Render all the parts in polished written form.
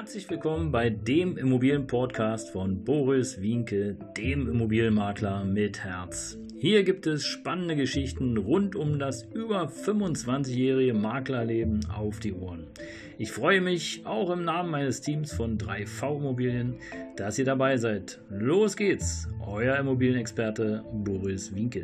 Herzlich willkommen bei dem Immobilienpodcast von Boris Wienke, dem Immobilienmakler mit Herz. Hier gibt es spannende Geschichten rund um das über 25-jährige Maklerleben auf die Ohren. Ich freue mich auch im Namen meines Teams von 3V Immobilien, dass ihr dabei seid. Los geht's, euer Immobilienexperte Boris Wienke.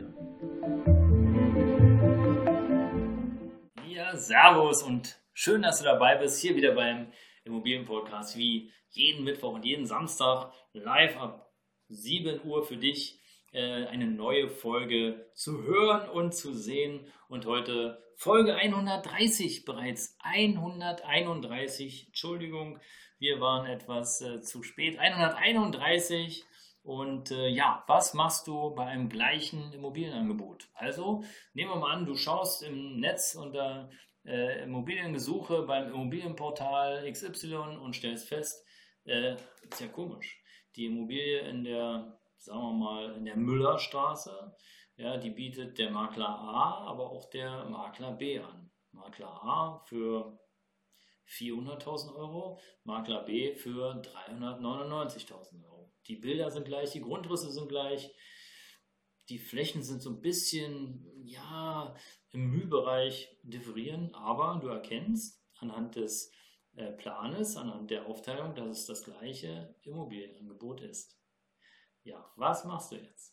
Ja, servus und schön, dass du dabei bist, hier wieder beim Immobilienpodcast, wie jeden Mittwoch und jeden Samstag live ab 7 Uhr für dich eine neue Folge zu hören und zu sehen. Und heute Folge 130 bereits. 131, Entschuldigung, wir waren etwas zu spät. 131. Und was machst du bei einem gleichen Immobilienangebot? Also nehmen wir mal an, du schaust im Netz unter Immobiliengesuche beim Immobilienportal XY und stellst fest, ist ja komisch. Die Immobilie in der, sagen wir mal, in der Müllerstraße, ja, die bietet der Makler A, aber auch der Makler B an. Makler A für 400.000 Euro, Makler B für 399.000 Euro. Die Bilder sind gleich, die Grundrisse sind gleich, die Flächen sind so ein bisschen, im Mühbereich differieren, aber du erkennst anhand des Planes, anhand der Aufteilung, dass es das gleiche Immobilienangebot ist. Ja, was machst du jetzt?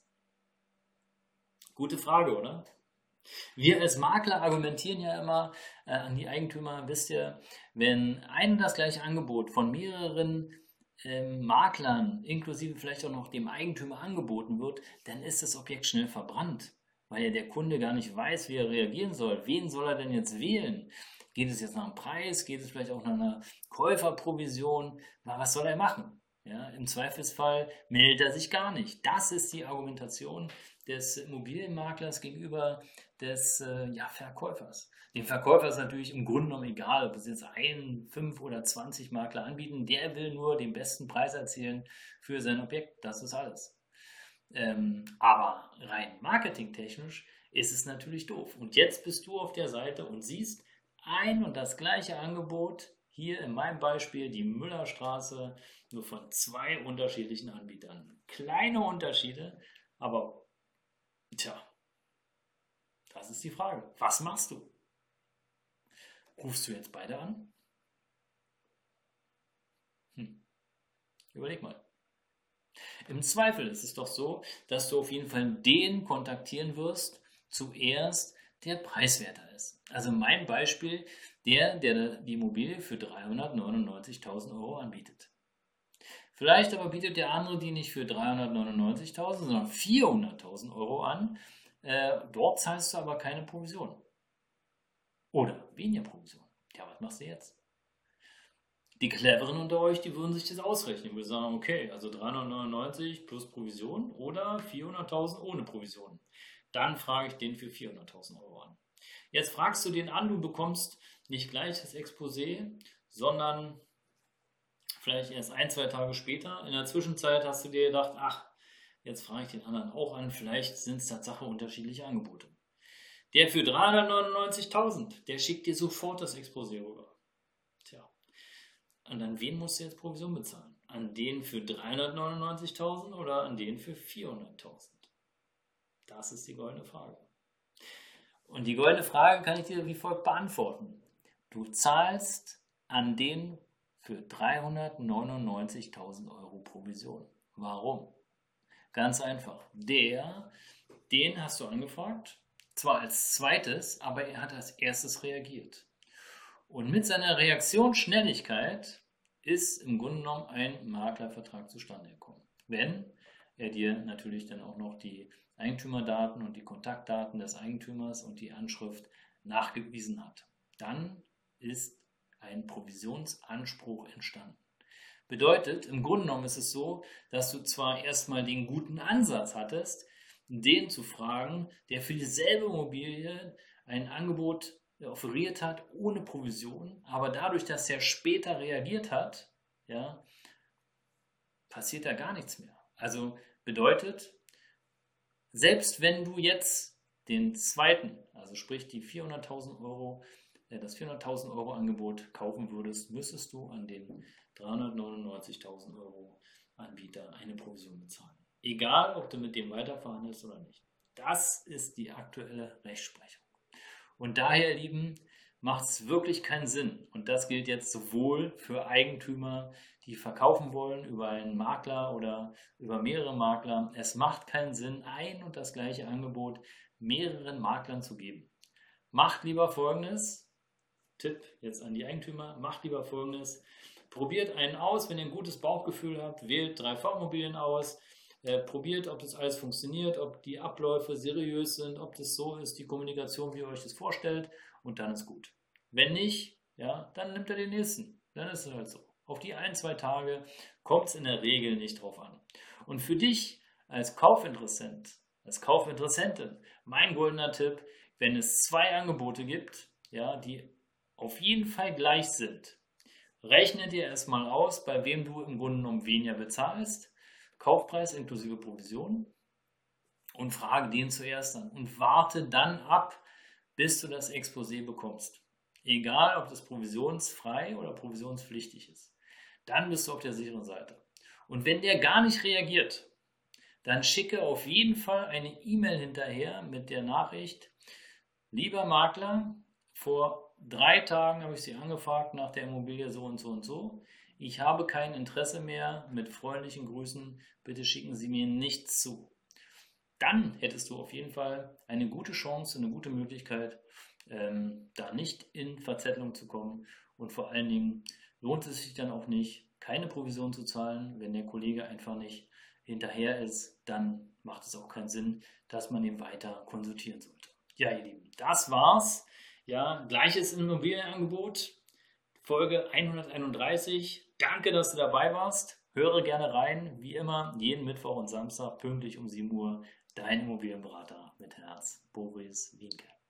Gute Frage, oder? Wir als Makler argumentieren ja immer an die Eigentümer, wisst ihr, wenn ein und das gleiche Angebot von mehreren Maklern, inklusive vielleicht auch noch dem Eigentümer angeboten wird, dann ist das Objekt schnell verbrannt, weil ja der Kunde gar nicht weiß, wie er reagieren soll. Wen soll er denn jetzt wählen? Geht es jetzt nach dem Preis? Geht es vielleicht auch nach einer Käuferprovision? Na, was soll er machen? Ja, im Zweifelsfall meldet er sich gar nicht. Das ist die Argumentation des Immobilienmaklers gegenüber des Verkäufers. Dem Verkäufer ist natürlich im Grunde genommen egal, ob es jetzt 1, 5 oder 20 Makler anbieten. Der will nur den besten Preis erzielen für sein Objekt. Das ist alles. Aber rein marketingtechnisch ist es natürlich doof. Und jetzt bist du auf der Seite und siehst ein und das gleiche Angebot. Hier in meinem Beispiel die Müllerstraße, nur von 2 unterschiedlichen Anbietern. Kleine Unterschiede, aber das ist die Frage. Was machst du? Rufst du jetzt beide an? Überleg mal. Im Zweifel ist es doch so, dass du auf jeden Fall den kontaktieren wirst, zuerst der preiswerter ist. Also mein Beispiel, der die Immobilie für 399.000 Euro anbietet. Vielleicht aber bietet der andere die nicht für 399.000, sondern 400.000 Euro an. Dort zahlst du aber keine Provision. Oder weniger Provision. Ja, was machst du jetzt? Die Cleveren unter euch, die würden sich das ausrechnen. Die würden sagen, okay, also 399 plus Provision oder 400.000 ohne Provision. Dann frage ich den für 400.000 Euro an. Jetzt fragst du den an, du bekommst nicht gleich das Exposé, sondern vielleicht erst 1, 2 Tage später. In der Zwischenzeit hast du dir gedacht, jetzt frage ich den anderen auch an, vielleicht sind es Tatsache unterschiedliche Angebote. Der für 399.000, der schickt dir sofort das Exposé rüber. Tja, und an wen musst du jetzt Provision bezahlen? An den für 399.000 oder an den für 400.000? Das ist die goldene Frage. Und die goldene Frage kann ich dir wie folgt beantworten. Du zahlst an den für 399.000 Euro Provision. Warum? Ganz einfach. Den hast du angefragt, zwar als zweites, aber er hat als erstes reagiert. Und mit seiner Reaktionsschnelligkeit ist im Grunde genommen ein Maklervertrag zustande gekommen. Wenn er dir natürlich dann auch noch die Eigentümerdaten und die Kontaktdaten des Eigentümers und die Anschrift nachgewiesen hat. Dann ist ein Provisionsanspruch entstanden. Bedeutet, im Grunde genommen ist es so, dass du zwar erstmal den guten Ansatz hattest, den zu fragen, der für dieselbe Immobilie ein Angebot offeriert hat ohne Provision, aber dadurch, dass er später reagiert hat, passiert da gar nichts mehr. Also bedeutet, selbst wenn du jetzt den zweiten, also sprich die 400.000 Euro das 400.000 Euro Angebot kaufen würdest, müsstest du an den 399.000 Euro Anbieter eine Provision bezahlen. Egal, ob du mit dem weiterverhandelst oder nicht. Das ist die aktuelle Rechtsprechung. Und daher, ihr Lieben, macht es wirklich keinen Sinn. Und das gilt jetzt sowohl für Eigentümer, die verkaufen wollen über einen Makler oder über mehrere Makler. Es macht keinen Sinn, ein und das gleiche Angebot mehreren Maklern zu geben. Macht lieber Folgendes, Tipp jetzt an die Eigentümer, macht lieber Folgendes, probiert einen aus, wenn ihr ein gutes Bauchgefühl habt, wählt 3 Vorimmobilien aus, probiert, ob das alles funktioniert, ob die Abläufe seriös sind, ob das so ist, die Kommunikation, wie ihr euch das vorstellt, und dann ist gut. Wenn nicht, ja, dann nimmt er den nächsten. Dann ist es halt so. Auf die 1-2 Tage kommt es in der Regel nicht drauf an. Und für dich als Kaufinteressent, als Kaufinteressentin, mein goldener Tipp, wenn es 2 Angebote gibt, ja, die auf jeden Fall gleich sind, rechne dir erstmal aus, bei wem du im Grunde genommen weniger bezahlst, Kaufpreis inklusive Provision, und frage den zuerst an und warte dann ab, bis du das Exposé bekommst. Egal, ob das provisionsfrei oder provisionspflichtig ist. Dann bist du auf der sicheren Seite. Und wenn der gar nicht reagiert, dann schicke auf jeden Fall eine E-Mail hinterher mit der Nachricht: Lieber Makler, vor 3 Tagen habe ich Sie angefragt nach der Immobilie so und so und so. Ich habe kein Interesse mehr, mit freundlichen Grüßen, bitte schicken Sie mir nichts zu. Dann hättest du auf jeden Fall eine gute Chance, eine gute Möglichkeit, da nicht in Verzettelung zu kommen. Und vor allen Dingen lohnt es sich dann auch nicht, keine Provision zu zahlen, wenn der Kollege einfach nicht hinterher ist. Dann macht es auch keinen Sinn, dass man ihn weiter konsultieren sollte. Ja, ihr Lieben, das war's. Ja, gleiches Immobilienangebot, Folge 131. Danke, dass du dabei warst. Höre gerne rein, wie immer, jeden Mittwoch und Samstag pünktlich um 7 Uhr. Dein Immobilienberater mit Herz, Boris Wienke.